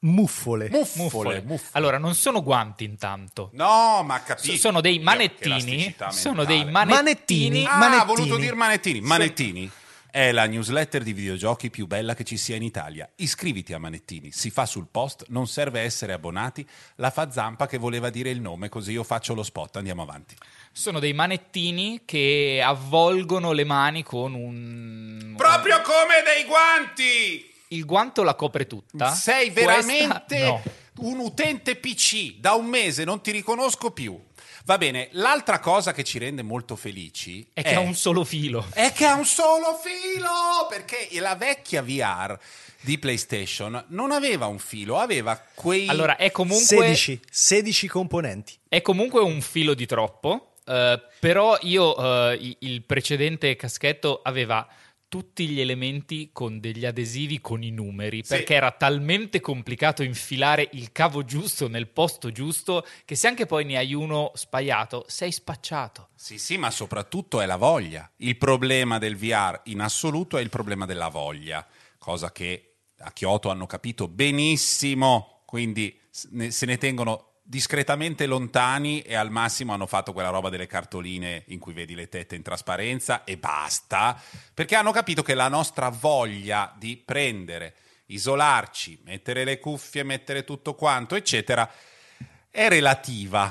muffole. Muffole. Allora, non sono guanti intanto. No, ma capisci. Sono dei manettini. Sono dei manettini. Ah, ha voluto dire manettini. Manettini è la newsletter di videogiochi più bella che ci sia in Italia. Iscriviti a Manettini, si fa sul post, non serve essere abbonati. La fa Zampa che voleva dire il nome, così io faccio lo spot. Andiamo avanti. Sono dei manettini che avvolgono le mani con un... Proprio come dei guanti! Il guanto la copre tutta. Sei veramente No. un utente PC. Da un mese non ti riconosco più. Va bene, l'altra cosa che ci rende molto felici È che ha un solo filo. È che ha un solo filo! Perché la vecchia VR di PlayStation non aveva un filo, aveva quei... Allora, è comunque... 16 componenti. È comunque un filo di troppo, però il precedente caschetto aveva tutti gli elementi con degli adesivi con i numeri, Sì. perché era talmente complicato infilare il cavo giusto nel posto giusto che se anche poi ne hai uno spaiato, sei spacciato. Sì, ma soprattutto è la voglia. Il problema del VR in assoluto è il problema della voglia, cosa che a Kyoto hanno capito benissimo, quindi se ne tengono discretamente lontani e al massimo hanno fatto quella roba delle cartoline in cui vedi le tette in trasparenza e basta, perché hanno capito che la nostra voglia di prendere, isolarci, mettere le cuffie, mettere tutto quanto, eccetera, è relativa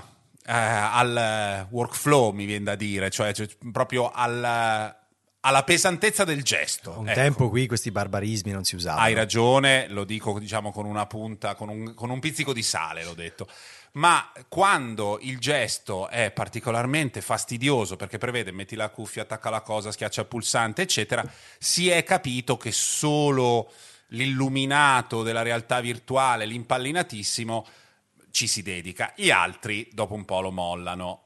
al workflow, mi viene da dire, cioè proprio alla pesantezza del gesto. Un Ecco. tempo qui questi barbarismi non si usavano. Hai ragione, lo dico diciamo con una punta, con un pizzico di sale, l'ho detto. Ma quando il gesto è particolarmente fastidioso, perché prevede metti la cuffia, attacca la cosa, schiaccia il pulsante, eccetera, si è capito che solo l'illuminato della realtà virtuale, l'impallinatissimo, ci si dedica. Gli altri dopo un po' lo mollano.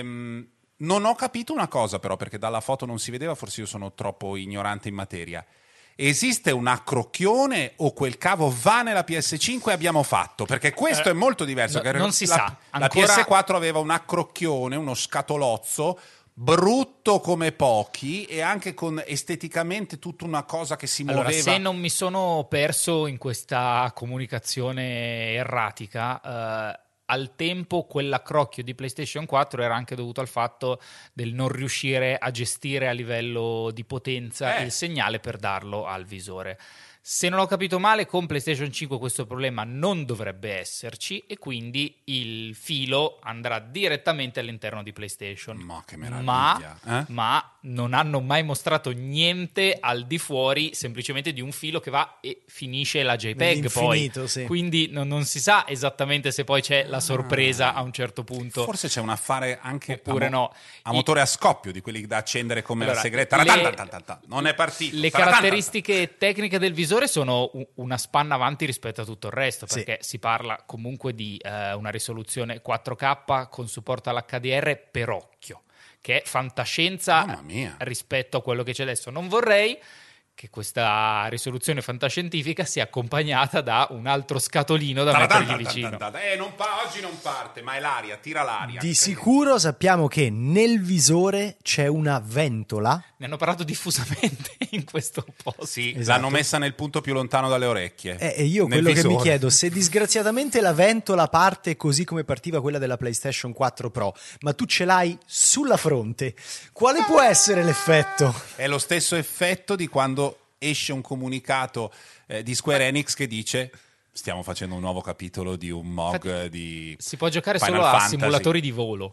Non ho capito una cosa però, perché dalla foto non si vedeva, forse io sono troppo ignorante in materia. Esiste un accrocchione o quel cavo va nella PS5 e abbiamo fatto? Perché questo è molto diverso. no, non si la, sa. La Ancora- PS4 aveva un accrocchione, uno scatolozzo, brutto come pochi e anche con esteticamente tutta una cosa che si Allora, muoveva. se non mi sono perso in questa comunicazione erratica, al tempo quell'accrocchio di PlayStation 4 era anche dovuto al fatto del non riuscire a gestire a livello di potenza il segnale per darlo al visore. Se non ho capito male, con PlayStation 5 questo problema non dovrebbe esserci e quindi il filo andrà direttamente all'interno di PlayStation. Ma che meraviglia! Ma non hanno mai mostrato niente al di fuori semplicemente di un filo che va e finisce la JPEG poi. Nell'infinito, sì. Quindi non si sa esattamente se poi c'è la sorpresa a un certo punto. Forse c'è un affare anche Oppure no. a motore a scoppio di quelli da accendere come Allora, la segreta. Non è partito. Le caratteristiche tecniche del visore sono una spanna avanti rispetto a tutto il resto, Sì. perché si parla comunque di una risoluzione 4K con supporto all'HDR per occhio, che è fantascienza Mamma mia. rispetto a quello che c'è adesso. Non vorrei che questa risoluzione fantascientifica sia accompagnata da un altro scatolino da mettergli vicino. Oggi non parte, ma è l'aria, tira l'aria. Di sicuro sappiamo che nel visore c'è una ventola. Ne hanno parlato diffusamente in questo post. Sì, Esatto. l'hanno messa nel punto più lontano dalle orecchie. E io nel quello che mi visore. chiedo, se disgraziatamente la ventola parte così come partiva quella della PlayStation 4 Pro, ma tu ce l'hai sulla fronte, quale può essere l'effetto? È lo stesso effetto di quando esce un comunicato di Square Enix che dice stiamo facendo un nuovo capitolo di un MOG di Si può giocare Final solo a Fantasy. simulatori di volo.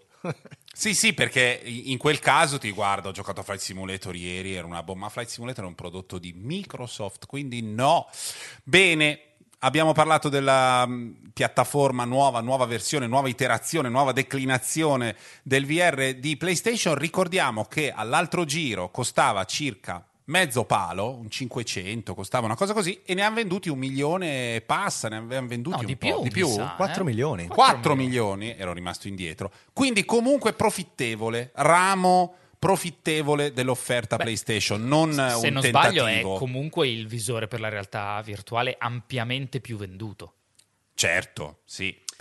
Sì, perché in quel caso ti guardo, ho giocato a Flight Simulator ieri, era una bomba. Flight Simulator è un prodotto di Microsoft, quindi no. Bene, abbiamo parlato della piattaforma nuova versione, nuova iterazione, nuova declinazione del VR di PlayStation. Ricordiamo che all'altro giro costava circa mezzo palo, un 500, costava una cosa così, e ne hanno venduti 1 milione e passa, ne avevano venduti No, un di po' più, di più. mi sa. 4 milioni. 4 milioni, ero rimasto indietro. Quindi comunque profittevole, ramo profittevole dell'offerta PlayStation, non Se un non tentativo. sbaglio è comunque il visore per la realtà virtuale ampiamente più venduto. Certo, sì, però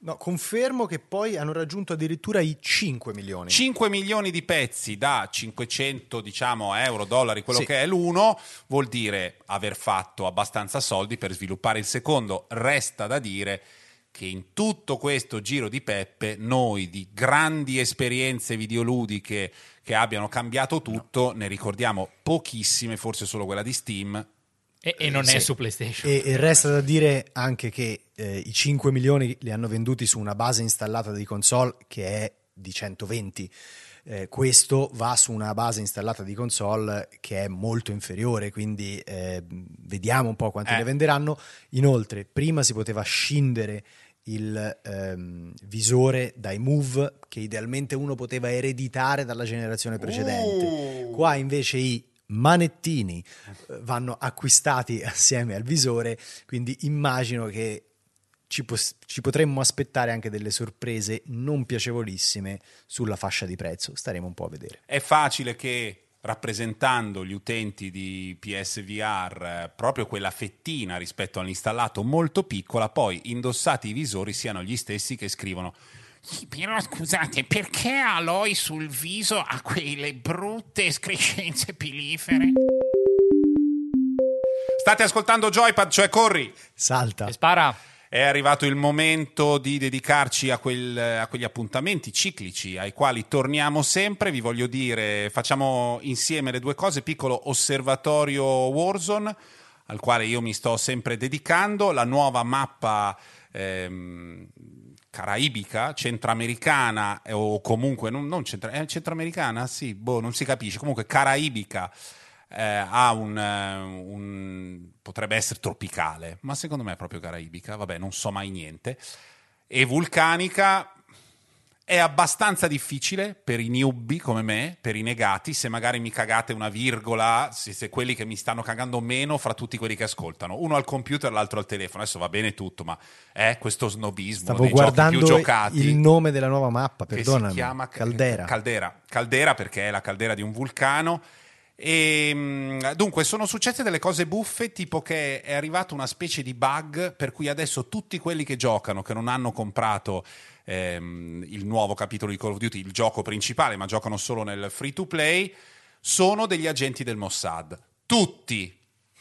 No, confermo che poi hanno raggiunto addirittura i 5 milioni. 5 milioni di pezzi da 500, diciamo, euro, dollari, quello Sì. che è l'uno, vuol dire aver fatto abbastanza soldi per sviluppare il secondo. Resta da dire che in tutto questo giro di peppe noi di grandi esperienze videoludiche che abbiano cambiato tutto ne ricordiamo pochissime, forse solo quella di Steam. E non è Sì. su PlayStation. E resta da dire anche che i 5 milioni li hanno venduti su una base installata di console che è di 120. Questo va su una base installata di console che è molto inferiore, quindi vediamo un po' quanti ne venderanno. Inoltre, prima si poteva scindere il visore dai Move, che idealmente uno poteva ereditare dalla generazione precedente. Qua invece i manettini vanno acquistati assieme al visore, quindi immagino che ci potremmo aspettare anche delle sorprese non piacevolissime sulla fascia di prezzo. Staremo un po' a vedere. È facile che, rappresentando gli utenti di PSVR proprio quella fettina rispetto all'installato molto piccola, poi indossati i visori siano gli stessi che scrivono: sì, però scusate, perché Aloy sul viso ha quelle brutte escrescenze pilifere? State ascoltando Joypad, cioè corri! Salta. E spara. È arrivato il momento di dedicarci a quegli appuntamenti ciclici ai quali torniamo sempre. Vi voglio dire, facciamo insieme le due cose: piccolo osservatorio Warzone, al quale io mi sto sempre dedicando, la nuova mappa caraibica, centroamericana, o comunque non centroamericana, sì, non si capisce, comunque caraibica. Ha potrebbe essere tropicale, ma secondo me è proprio caraibica, vabbè, non so mai niente, e vulcanica. È abbastanza difficile per i newbie come me, per i negati. Se magari mi cagate una virgola, siete quelli che mi stanno cagando meno fra tutti quelli che ascoltano, uno al computer, l'altro al telefono. Adesso va bene tutto, ma è questo snobismo. Stavo dei guardando giochi più giocati, il nome della nuova mappa, che perdonami. si chiama Caldera. Caldera, perché è la caldera di un vulcano. E dunque sono successe delle cose buffe, tipo che è arrivato una specie di bug per cui adesso tutti quelli che giocano, che non hanno comprato il nuovo capitolo di Call of Duty, il gioco principale, ma giocano solo nel free to play, sono degli agenti del Mossad, tutti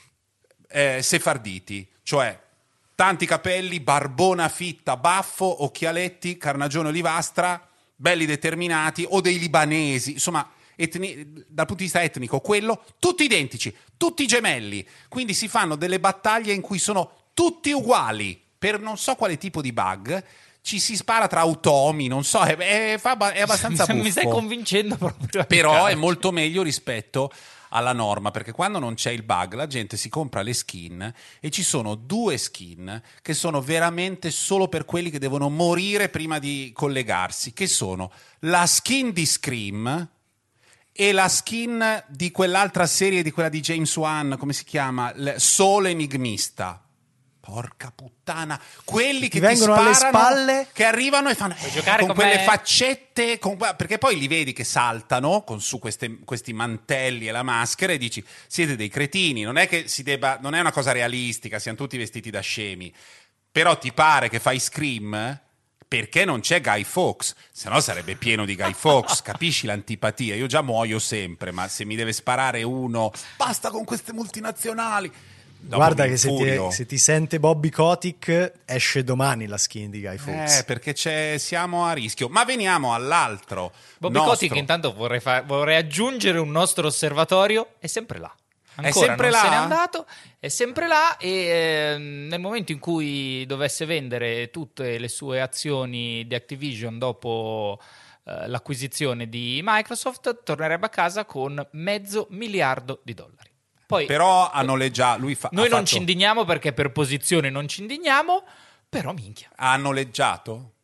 sefarditi, cioè tanti capelli, barbona fitta, baffo, occhialetti, carnagione olivastra, belli determinati, o dei libanesi, insomma dal punto di vista etnico quello, tutti identici, tutti gemelli, quindi si fanno delle battaglie in cui sono tutti uguali per non so quale tipo di bug, ci si spara tra automi, non so, è abbastanza buffo. Mi stai convincendo proprio. Però è molto meglio rispetto alla norma, perché quando non c'è il bug la gente si compra le skin e ci sono due skin che sono veramente solo per quelli che devono morire prima di collegarsi, che sono la skin di Scream e la skin di quell'altra serie, di quella di James Wan, come si chiama? Solo Enigmista. Porca puttana, quelli che ti vengono alle sparano, spalle, che arrivano e fanno giocare con con quelle me? faccette, perché poi li vedi che saltano con su questi mantelli e la maschera e dici siete dei cretini, non è che non è una cosa realistica, siamo tutti vestiti da scemi, però ti pare che fai Scream perché non c'è Guy Fawkes, se no sarebbe pieno di Guy Fawkes, capisci l'antipatia? Io già muoio sempre, ma se mi deve sparare uno, basta con queste multinazionali. Dopo guarda mi che infurio. se ti sente Bobby Kotick esce domani la skin di Guy Fawkes. Perché siamo a rischio. Ma veniamo all'altro. Bobby nostro. Kotick, intanto vorrei aggiungere un nostro osservatorio, è sempre là. Ancora sempre non là? se n'è andato, è sempre là e nel momento in cui dovesse vendere tutte le sue azioni di Activision dopo l'acquisizione di Microsoft, tornerebbe a casa con $500 miliardi. Poi, Però ha noleggiato. noi non ci indigniamo perché per posizione non ci indigniamo, però minchia. Ha noleggiato?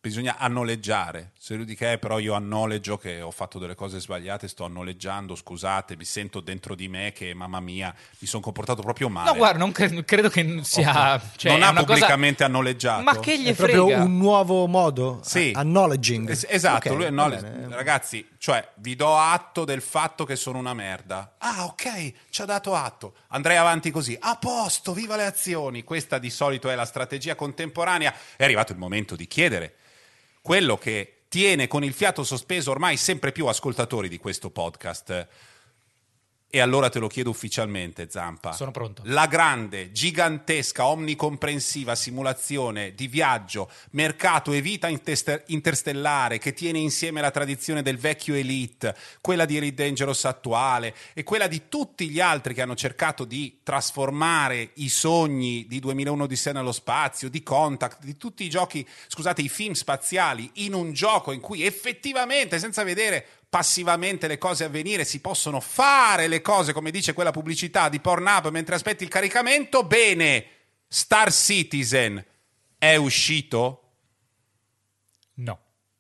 bisogna annoleggiare. Se lui dice però io annoleggio che ho fatto delle cose sbagliate, sto annoleggiando, scusate, mi sento dentro di me che mamma mia mi sono comportato proprio male. No, guarda, non credo che sia... Cioè, non è ha una pubblicamente cosa... annoleggiato? Ma che gli È frega? proprio un nuovo modo? Sì. Acknowledging. Esatto, Ok, lui va bene. ragazzi, cioè vi do atto del fatto che sono una merda. Ah, ok, ci ha dato atto. Andrei avanti così. A posto, viva le azioni. Questa di solito è la strategia contemporanea. È arrivato il momento di chiedere quello che tiene con il fiato sospeso ormai sempre più ascoltatori di questo podcast. E allora te lo chiedo ufficialmente, Zampa. Sono pronto. La grande, gigantesca, omnicomprensiva simulazione di viaggio, mercato e vita interstellare che tiene insieme la tradizione del vecchio Elite, quella di Elite Dangerous attuale e quella di tutti gli altri che hanno cercato di trasformare i sogni di 2001 Odissea nello spazio, di Contact, di tutti i giochi, scusate, i film spaziali, in un gioco in cui effettivamente, senza vedere passivamente le cose avvenire, si possono fare le cose come dice quella pubblicità di Pornhub mentre aspetti il caricamento. Bene, Star Citizen è uscito? No.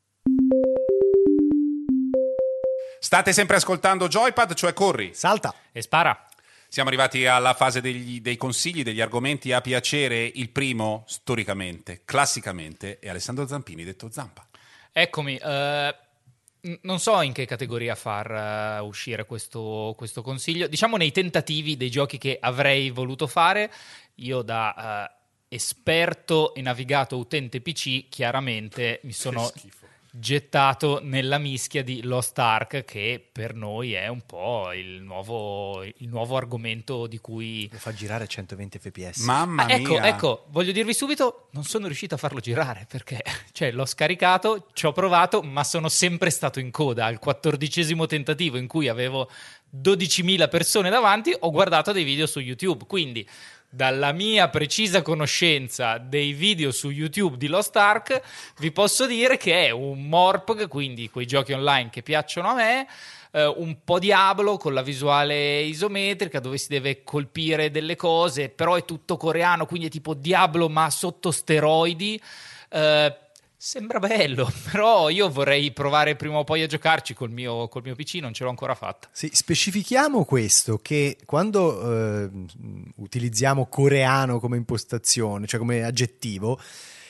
State sempre ascoltando Joypad, cioè corri. Salta. E spara. Siamo arrivati alla fase dei consigli, degli argomenti a piacere. Il primo, storicamente, classicamente, è Alessandro Zampini, detto Zampa. Eccomi, non so in che categoria far uscire questo consiglio. Diciamo nei tentativi dei giochi che avrei voluto fare, io da esperto e navigato utente PC chiaramente mi sono gettato nella mischia di Lost Ark, che per noi è un po' il nuovo argomento di cui... Lo fa girare a 120 fps. Mamma mia. Ecco, voglio dirvi subito, non sono riuscito a farlo girare perché cioè, l'ho scaricato, ci ho provato, ma sono sempre stato in coda. Al 14° tentativo in cui avevo 12.000 persone davanti, ho guardato dei video su YouTube, quindi... Dalla mia precisa conoscenza dei video su YouTube di Lost Ark, vi posso dire che è un MORPG, quindi quei giochi online che piacciono a me, un po' Diablo con la visuale isometrica dove si deve colpire delle cose, però è tutto coreano, quindi è tipo Diablo ma sotto steroidi. Sembra bello, però io vorrei provare prima o poi a giocarci col mio PC, non ce l'ho ancora fatta. Sì, specifichiamo questo, che quando utilizziamo coreano come impostazione, cioè come aggettivo,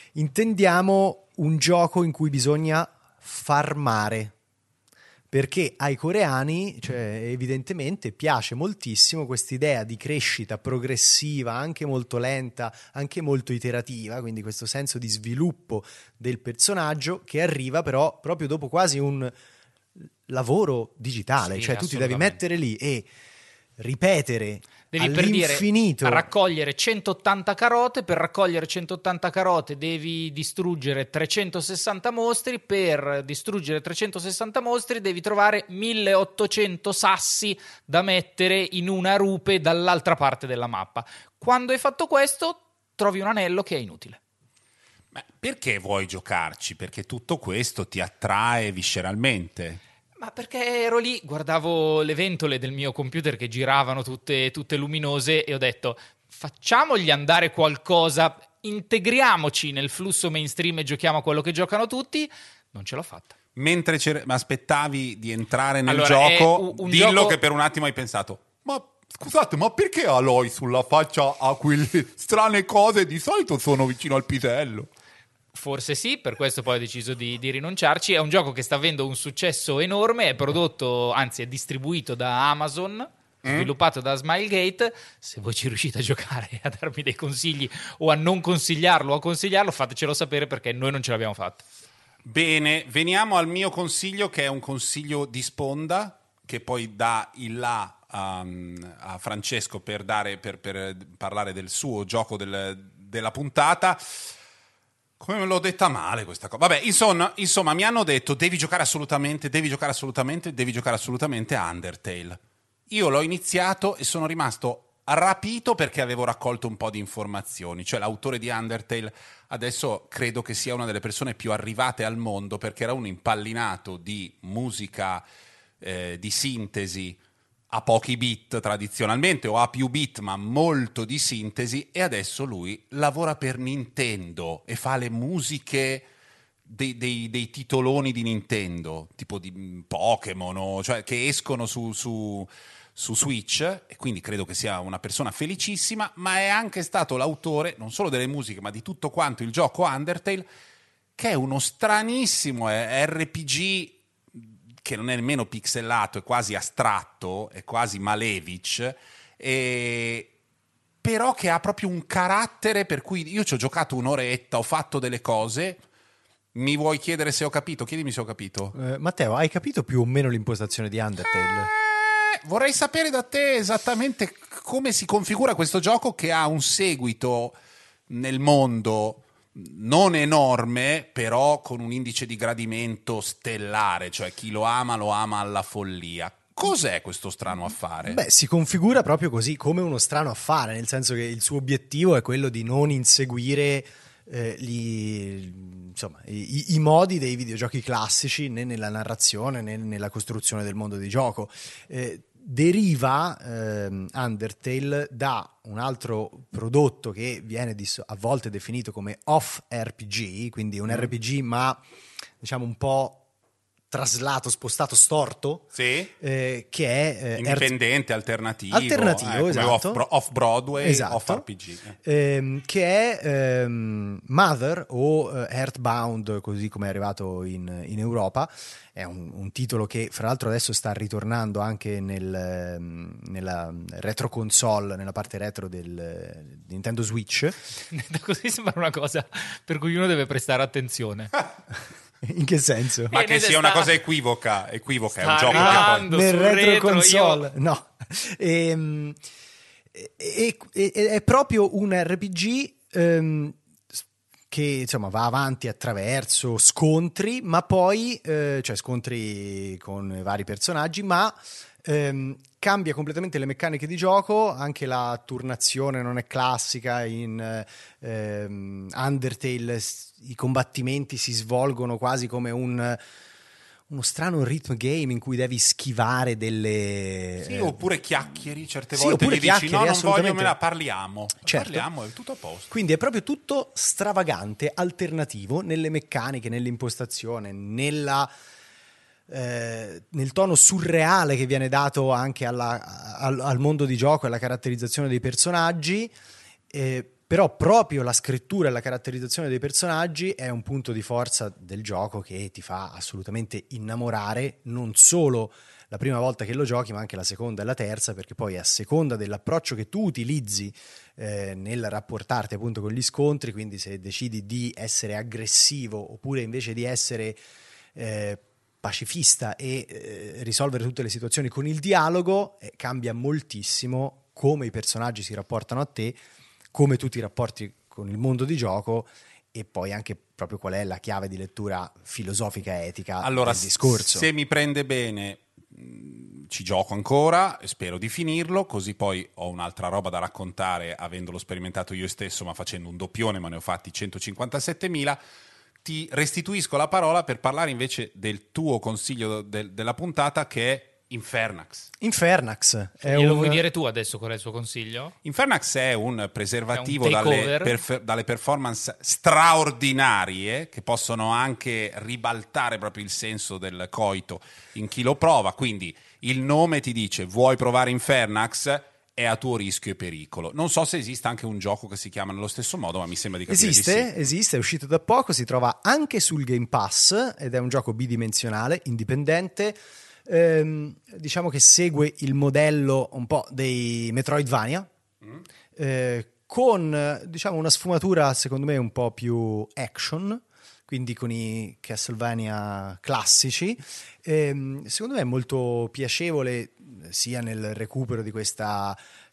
intendiamo un gioco in cui bisogna farmare. Perché ai coreani, cioè, evidentemente piace moltissimo quest'idea di crescita progressiva, anche molto lenta, anche molto iterativa, quindi questo senso di sviluppo del personaggio che arriva però proprio dopo quasi un lavoro digitale, Sì, cioè tu ti devi assolutamente. mettere lì e ripetere Devi per dire all'infinito. raccogliere 180 carote, per raccogliere 180 carote devi distruggere 360 mostri, per distruggere 360 mostri devi trovare 1800 sassi da mettere in una rupe dall'altra parte della mappa. Quando hai fatto questo trovi un anello che è inutile. Ma perché vuoi giocarci? Perché tutto questo ti attrae visceralmente. Ma perché ero lì, guardavo le ventole del mio computer che giravano tutte luminose e ho detto facciamogli andare qualcosa, integriamoci nel flusso mainstream e giochiamo a quello che giocano tutti. Non ce l'ho fatta. Mentre aspettavi di entrare nel Allora, è gioco, un dillo gioco- che per un attimo hai pensato ma scusate, ma perché Aloy sulla faccia ha quelle strane cose? Di solito sono vicino al pisello. Forse sì, per questo poi ho deciso di rinunciarci. È un gioco che sta avendo un successo enorme, è prodotto, anzi è distribuito da Amazon, sviluppato da Smilegate. Se voi ci riuscite a giocare e a darmi dei consigli o a non consigliarlo o a consigliarlo, fatecelo sapere perché noi non ce l'abbiamo fatta. Bene, veniamo al mio consiglio, che è un consiglio di sponda, che poi dà il là a Francesco per parlare del suo gioco della puntata. Come me l'ho detta male questa cosa. Vabbè, insomma, mi hanno detto devi giocare assolutamente a Undertale. Io l'ho iniziato e sono rimasto rapito perché avevo raccolto un po' di informazioni. Cioè l'autore di Undertale adesso credo che sia una delle persone più arrivate al mondo, perché era un impallinato di musica di sintesi a pochi bit tradizionalmente o a più bit ma molto di sintesi, e adesso lui lavora per Nintendo e fa le musiche dei titoloni di Nintendo, tipo di Pokémon, cioè che escono su Switch, e quindi credo che sia una persona felicissima, ma è anche stato l'autore non solo delle musiche, ma di tutto quanto il gioco Undertale, che è uno stranissimo RPG che non è nemmeno pixelato, è quasi astratto, è quasi Malevich, però che ha proprio un carattere per cui io ci ho giocato un'oretta, ho fatto delle cose. Mi vuoi chiedere se ho capito? Chiedimi se ho capito. Matteo, hai capito più o meno l'impostazione di Undertale? Vorrei sapere da te esattamente come si configura questo gioco, che ha un seguito nel mondo non enorme, però con un indice di gradimento stellare, cioè chi lo ama alla follia. Cos'è questo strano affare? Beh, si configura proprio così, come uno strano affare, nel senso che il suo obiettivo è quello di non inseguire i modi dei videogiochi classici, né nella narrazione né nella costruzione del mondo di gioco. Deriva Undertale da un altro prodotto che viene a volte definito come off RPG, quindi un RPG ma diciamo un po' traslato, spostato, storto, sì? Che è indipendente, alternativo, esatto. off Broadway, esatto. off RPG, che è Mother o Earthbound, così come è arrivato in Europa. È un titolo che fra l'altro adesso sta ritornando anche nella retro console, nella parte retro del Nintendo Switch. Così sembra una cosa per cui uno deve prestare attenzione. In che senso? Ma che sia una cosa equivoca, è un gioco che nel retro console, no. È proprio un RPG che insomma va avanti attraverso scontri, ma poi cioè scontri con vari personaggi, ma cambia completamente le meccaniche di gioco. Anche la turnazione non è classica. In Undertale i combattimenti si svolgono quasi come uno strano rhythm game in cui devi schivare delle... Sì, oppure chiacchieri, certe sì, volte oppure gli dici no, non voglio, me la parliamo. Certo. Parliamo, è tutto a posto. Quindi è proprio tutto stravagante, alternativo nelle meccaniche, nell'impostazione, nel tono surreale che viene dato anche al mondo di gioco e alla caratterizzazione dei personaggi. Però proprio la scrittura e la caratterizzazione dei personaggi è un punto di forza del gioco che ti fa assolutamente innamorare, non solo la prima volta che lo giochi, ma anche la seconda e la terza, perché poi a seconda dell'approccio che tu utilizzi nel rapportarti appunto con gli scontri, quindi se decidi di essere aggressivo oppure invece di essere pacifista e risolvere tutte le situazioni con il dialogo, cambia moltissimo come i personaggi si rapportano a te, come tu ti rapporti con il mondo di gioco e poi anche proprio qual è la chiave di lettura filosofica e etica del discorso. Se mi prende bene ci gioco ancora e spero di finirlo, così poi ho un'altra roba da raccontare avendolo sperimentato io stesso, ma facendo un doppione, ma ne ho fatti 157.000. Ti restituisco la parola per parlare invece del tuo consiglio della puntata, che è Infernax. Glielo vuoi dire tu adesso qual è il suo consiglio? Infernax è un preservativo è un dalle performance straordinarie che possono anche ribaltare proprio il senso del coito in chi lo prova. Quindi il nome ti dice: vuoi provare Infernax? È a tuo rischio e pericolo. Non so se esiste anche un gioco che si chiama nello stesso modo, ma mi sembra di capire Esiste, è uscito da poco, si trova anche sul Game Pass ed è un gioco bidimensionale, indipendente. Diciamo che segue il modello un po' dei Metroidvania, con diciamo una sfumatura secondo me un po' più action, quindi con i Castlevania classici. Secondo me è molto piacevole sia nel recupero di questo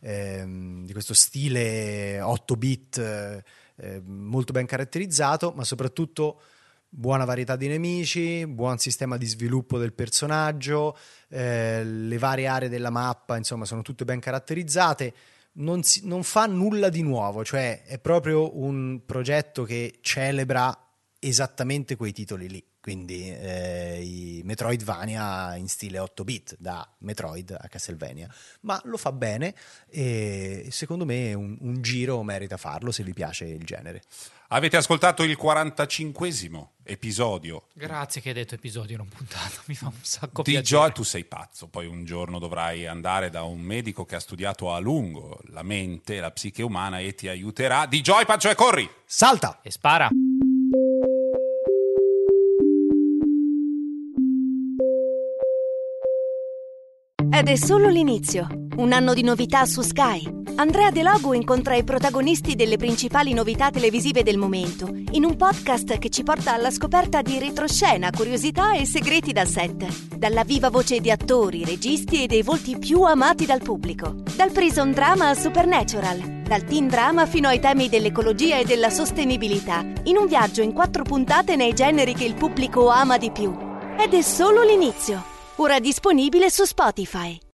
stile 8-bit molto ben caratterizzato, ma soprattutto buona varietà di nemici, buon sistema di sviluppo del personaggio, le varie aree della mappa insomma sono tutte ben caratterizzate. Non fa nulla di nuovo, cioè è proprio un progetto che celebra esattamente quei titoli lì. quindi i Metroidvania in stile 8-bit, da Metroid a Castlevania, ma lo fa bene e secondo me un giro merita farlo se vi piace il genere. Avete ascoltato il 45esimo episodio. Grazie che hai detto episodio, non puntata, mi fa un sacco Di piacere. Joy, tu sei pazzo, poi un giorno dovrai andare da un medico che ha studiato a lungo la mente, la psiche umana e ti aiuterà. Di Joy, Pancio e corri! Salta! E spara. Ed è solo l'inizio. Un anno di novità su Sky. Andrea De Logu incontra i protagonisti delle principali novità televisive del momento in un podcast che ci porta alla scoperta di retroscena, curiosità e segreti dal set. Dalla viva voce di attori, registi e dei volti più amati dal pubblico. Dal prison drama al supernatural. Dal teen drama fino ai temi dell'ecologia e della sostenibilità. In un viaggio in 4 puntate nei generi che il pubblico ama di più. Ed è solo l'inizio. Ora disponibile su Spotify.